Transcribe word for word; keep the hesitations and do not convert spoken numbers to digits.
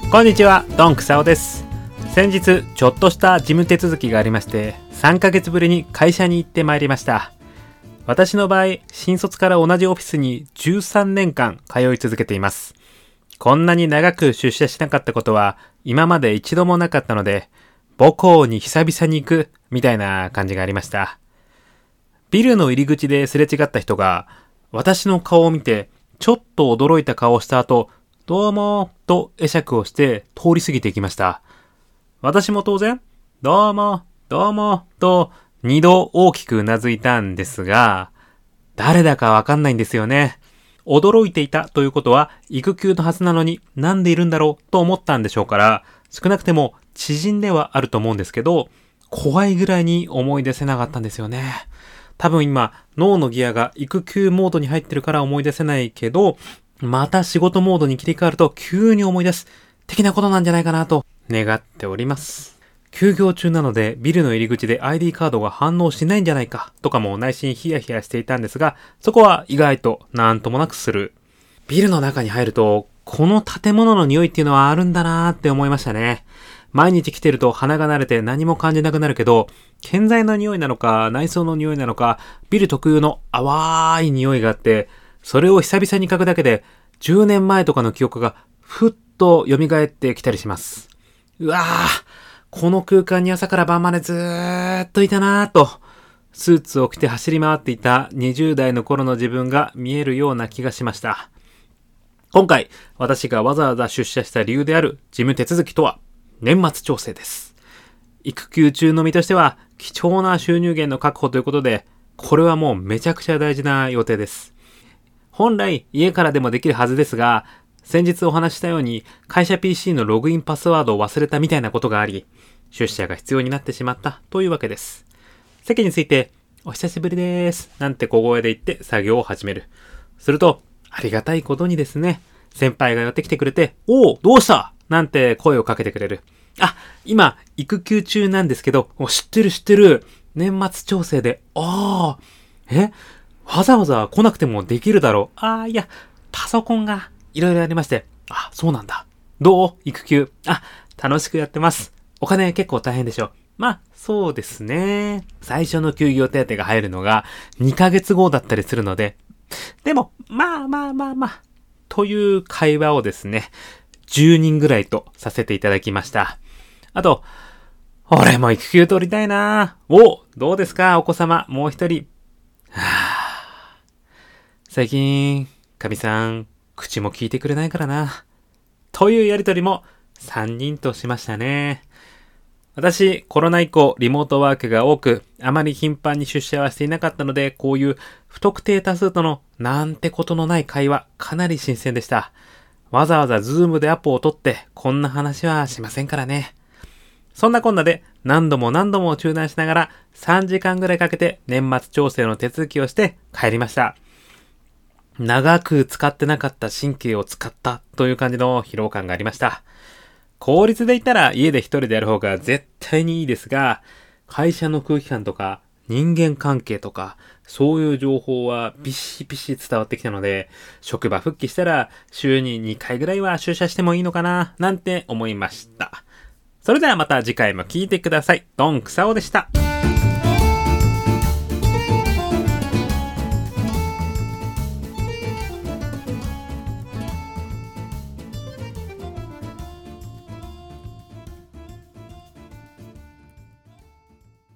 こんにちは、ドンクサオです。先日ちょっとした事務手続きがありまして、さんかげつぶりに会社に行ってまいりました。私の場合、新卒から同じオフィスにじゅうさんねんかん通い続けています。こんなに長く出社しなかったことは今まで一度もなかったので、母校に久々に行くみたいな感じがありました。ビルの入り口ですれ違った人が私の顔を見てちょっと驚いた顔をした後、どうもと会釈をして通り過ぎていきました。私も当然どうもどうもと二度大きくうなずいたんですが、誰だかわかんないんですよね。驚いていたということは育休のはずなのになんでいるんだろうと思ったんでしょうから、少なくても知人ではあると思うんですけど、怖いぐらいに思い出せなかったんですよね。多分今脳のギアが育休モードに入ってるから思い出せないけど、また仕事モードに切り替わると急に思い出す的なことなんじゃないかなと願っております。休業中なのでビルの入り口で アイディー カードが反応しないんじゃないかとかも内心ヒヤヒヤしていたんですが、そこは意外となんともなくスルー。ビルの中に入るとこの建物の匂いっていうのはあるんだなーって思いましたね。毎日来てると鼻が慣れて何も感じなくなるけど、建材の匂いなのか内装の匂いなのか、ビル特有の淡い匂いがあって、それを久々に嗅ぐだけでじゅうねんまえとかの記憶がふっと蘇ってきたりします。うわー、この空間に朝から晩までずーっといたなーと、スーツを着て走り回っていたにじゅうだいの頃の自分が見えるような気がしました。今回私がわざわざ出社した理由である事務手続きとは年末調整です。育休中の身としては貴重な収入源の確保ということで、これはもうめちゃくちゃ大事な予定です。本来家からでもできるはずですが、先日お話したように会社 ピーシー のログインパスワードを忘れたみたいなことがあり、出社が必要になってしまったというわけです。席についてお久しぶりですなんて小声で言って作業を始める。するとありがたいことにですね、先輩が寄ってきてくれて、おおどうしたなんて声をかけてくれる。あ、今育休中なんですけど、知ってる知ってる。年末調整で、ああ、えわざわざ来なくてもできるだろう。ああ、いや、パソコンがいろいろありまして。あ、そうなんだ。どう育休。あ、楽しくやってます。お金結構大変でしょ。まあ、そうですね。最初の休業手当が入るのがにかげつごだったりするので。でも、まあまあまあまあ。という会話をですね、じゅうにんぐらいとさせていただきました。あと、俺も育休取りたいな。お、どうですかお子様、もう一人。はぁ、最近、かみさん、口も聞いてくれないからな。というやりとりもさんにんとしましたね。私、コロナ以降、リモートワークが多く、あまり頻繁に出社はしていなかったので、こういう不特定多数とのなんてことのない会話、かなり新鮮でした。わざわざズームでアポを取って、こんな話はしませんからね。そんなこんなで何度も何度も中断しながらさんじかんぐらいかけて年末調整の手続きをして帰りました。長く使ってなかった神経を使ったという感じの疲労感がありました。効率で言ったら家で一人でやる方が絶対にいいですが、会社の空気感とか人間関係とかそういう情報はビシビシ伝わってきたので、職場復帰したら週ににかいぐらいは出社してもいいのかななんて思いました。それではまた次回も聞いてください。ドンクサオでした。